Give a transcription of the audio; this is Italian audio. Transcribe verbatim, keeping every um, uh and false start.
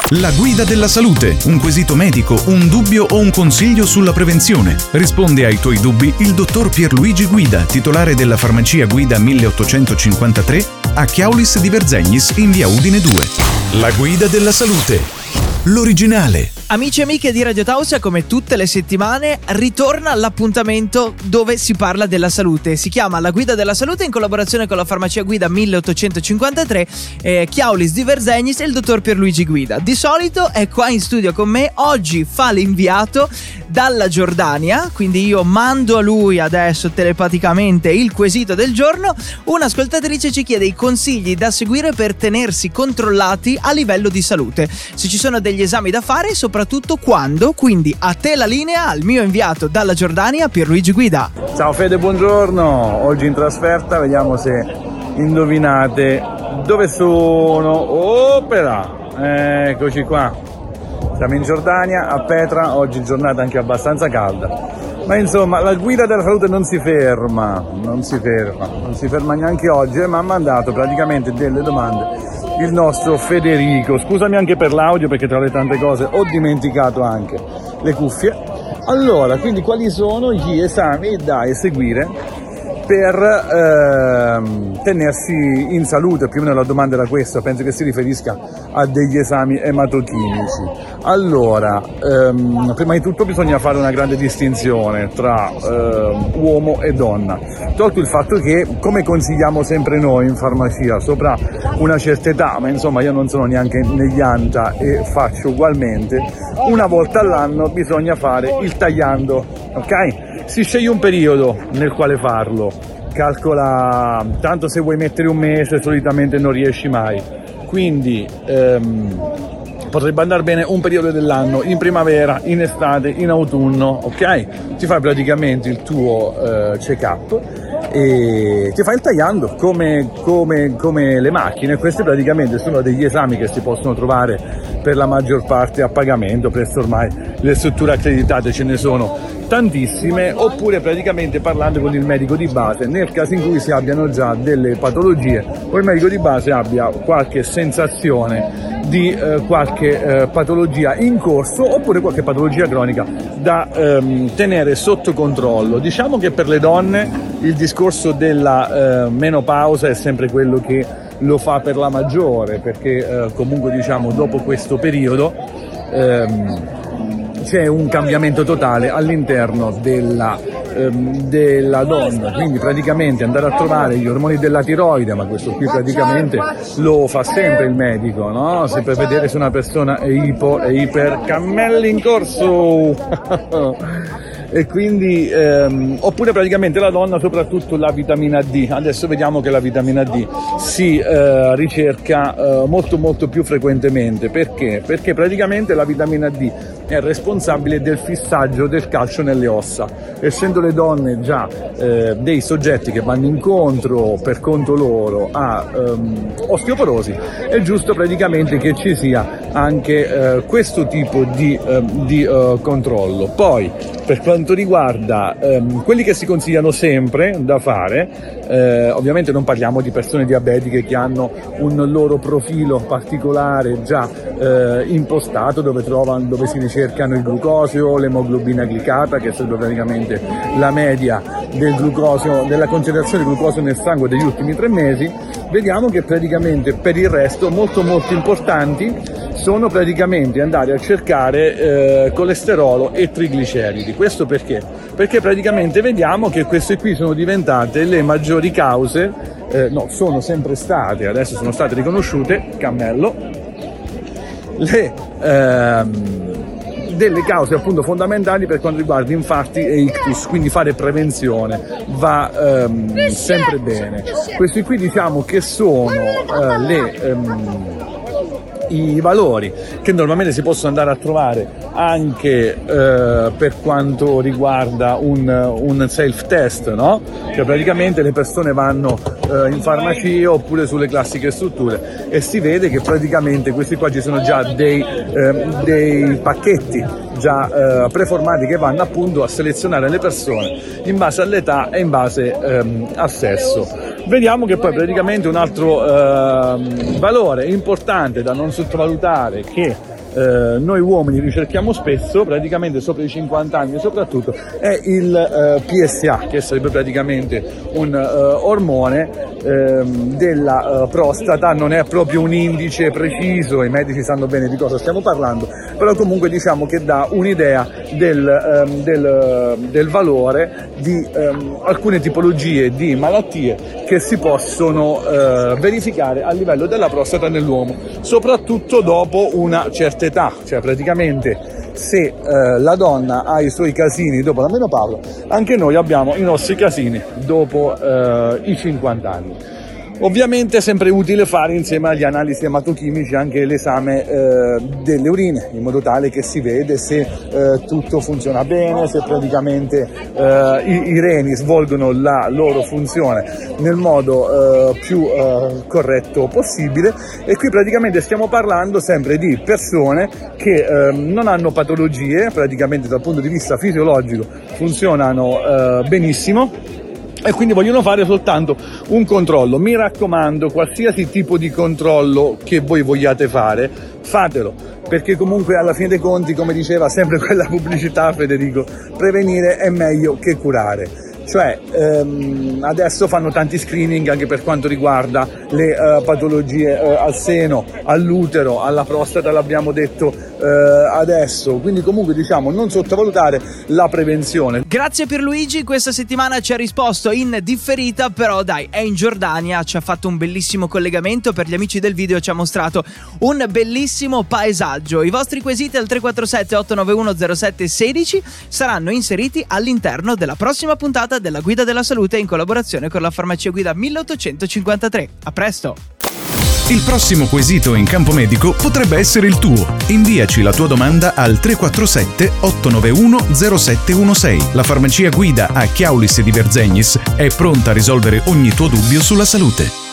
La guida della salute, un quesito medico, un dubbio o un consiglio sulla prevenzione. Risponde ai tuoi dubbi il dottor Pierluigi Guida, titolare della farmacia Guida milleottocentocinquantatré a Chiaulis di Verzegnis in via Udine due. La guida della salute, l'originale. Amici e amiche di Radio Tausia, come tutte le settimane ritorna l'appuntamento dove si parla della salute. Si chiama La Guida della Salute in collaborazione con la farmacia Guida milleottocentocinquantatré, eh, Chiaulis di Verzegnis e il dottor Pierluigi Guida. Di solito è qua in studio con me, oggi fa l'inviato dalla Giordania, quindi io mando a lui adesso telepaticamente il quesito del giorno. Un'ascoltatrice ci chiede i consigli da seguire per tenersi controllati a livello di salute, se ci sono degli esami da fare e soprattutto quando. Quindi a te la linea, al mio inviato dalla Giordania, Pierluigi Guida. Ciao Fede, buongiorno. Oggi in trasferta, vediamo se indovinate dove sono. Opera, eccoci qua. Siamo in Giordania, a Petra, oggi giornata anche abbastanza calda. Ma insomma, la guida della salute non si ferma, non si ferma, non si ferma neanche oggi, eh, ma ha mandato praticamente delle domande il nostro Federico. Scusami anche per l'audio, perché tra le tante cose ho dimenticato anche le cuffie. Allora, quindi quali sono gli esami da eseguire per ehm, tenersi in salute? Più o meno la domanda era questa, penso che si riferisca a degli esami ematochimici. Allora, ehm, prima di tutto bisogna fare una grande distinzione tra ehm, uomo e donna, tolto il fatto che, come consigliamo sempre noi in farmacia, sopra una certa età, ma insomma io non sono neanche negli anta e faccio ugualmente, una volta all'anno bisogna fare il tagliando, ok? Si sceglie un periodo nel quale farlo, calcola, tanto se vuoi mettere un mese solitamente non riesci mai, quindi ehm, potrebbe andare bene un periodo dell'anno, in primavera, in estate, in autunno, ok? Ti fai praticamente il tuo eh, check-up e ti fai il tagliando come, come, come le macchine. Questi praticamente sono degli esami che si possono trovare per la maggior parte a pagamento presso ormai le strutture accreditate, ce ne sono tantissime, oppure praticamente parlando con il medico di base nel caso in cui si abbiano già delle patologie o il medico di base abbia qualche sensazione di eh, qualche eh, patologia in corso oppure qualche patologia cronica da ehm, tenere sotto controllo. Diciamo che per le donne il discorso della eh, menopausa è sempre quello che lo fa per la maggiore, perché eh, comunque diciamo dopo questo periodo ehm, c'è un cambiamento totale all'interno della, ehm, della donna, quindi praticamente andare a trovare gli ormoni della tiroide, ma questo qui praticamente lo fa sempre il medico, no? Se per vedere se una persona è ipo e iper, cammelli in corso! E quindi ehm, oppure praticamente la donna, soprattutto la vitamina D. Adesso vediamo che la vitamina D si eh, ricerca eh, molto molto più frequentemente. Perché? Perché praticamente la vitamina D è responsabile del fissaggio del calcio nelle ossa. Essendo le donne già eh, dei soggetti che vanno incontro per conto loro a ehm, osteoporosi, è giusto praticamente che ci sia anche eh, questo tipo di, eh, di eh, controllo. Poi per quanto riguarda ehm, quelli che si consigliano sempre da fare, eh, ovviamente non parliamo di persone diabetiche che hanno un loro profilo particolare già eh, impostato, dove trovano, dove si ricercano il glucosio, l'emoglobina glicata, che è sempre praticamente la media del glucosio, della concentrazione di glucosio nel sangue degli ultimi tre mesi. Vediamo che praticamente per il resto molto molto importanti sono praticamente andare a cercare eh, colesterolo e trigliceridi. Questo perché? Perché praticamente vediamo che queste qui sono diventate le maggiori cause, eh, no, sono sempre state, adesso sono state riconosciute, cammello, le ehm, delle cause appunto fondamentali per quanto riguarda infarti e ictus, quindi fare prevenzione va ehm, sempre bene. Questi qui diciamo che sono eh, le ehm, i valori che normalmente si possono andare a trovare anche eh, per quanto riguarda un, un self-test, no? Che praticamente le persone vanno eh, in farmacia oppure sulle classiche strutture e si vede che praticamente questi qua ci sono già dei, eh, dei pacchetti già eh, preformati che vanno appunto a selezionare le persone in base all'età e in base ehm, al sesso. Vediamo che poi praticamente un altro eh, valore importante da non sottovalutare, che eh, noi uomini ricerchiamo spesso, praticamente sopra i cinquanta anni soprattutto, è il eh, P S A, che sarebbe praticamente un eh, ormone eh, della eh, prostata. Non è proprio un indice preciso, i medici sanno bene di cosa stiamo parlando, però comunque diciamo che dà un'idea del, ehm, del, del valore di ehm, alcune tipologie di malattie che si possono eh, verificare a livello della prostata nell'uomo, soprattutto dopo una certa età, cioè praticamente se eh, la donna ha i suoi casini dopo la menopausa, anche noi abbiamo i nostri casini dopo eh, i cinquanta anni. Ovviamente è sempre utile fare insieme agli analisi ematochimici anche l'esame eh, delle urine, in modo tale che si vede se eh, tutto funziona bene, se praticamente eh, i, i reni svolgono la loro funzione nel modo eh, più eh, corretto possibile. E qui praticamente stiamo parlando sempre di persone che eh, non hanno patologie, praticamente dal punto di vista fisiologico funzionano eh, benissimo, e quindi vogliono fare soltanto un controllo. Mi raccomando, qualsiasi tipo di controllo che voi vogliate fare, fatelo, perché comunque alla fine dei conti, come diceva sempre quella pubblicità, Federico, prevenire è meglio che curare. Cioè ehm, adesso fanno tanti screening anche per quanto riguarda le uh, patologie uh, al seno, all'utero, alla prostata, l'abbiamo detto uh, adesso, quindi comunque diciamo non sottovalutare la prevenzione. Grazie Pierluigi, questa settimana ci ha risposto in differita, però dai, è in Giordania, ci ha fatto un bellissimo collegamento, per gli amici del video ci ha mostrato un bellissimo paesaggio. I vostri quesiti al tre quattro sette otto nove uno zero sette uno sei saranno inseriti all'interno della prossima puntata della Guida della Salute in collaborazione con la Farmacia Guida milleottocentocinquantatré. A presto! Il prossimo quesito in campo medico potrebbe essere il tuo. Inviaci la tua domanda al tre quattro sette otto nove uno zero sette uno sei. La Farmacia Guida a Chiaulis di Verzegnis è pronta a risolvere ogni tuo dubbio sulla salute.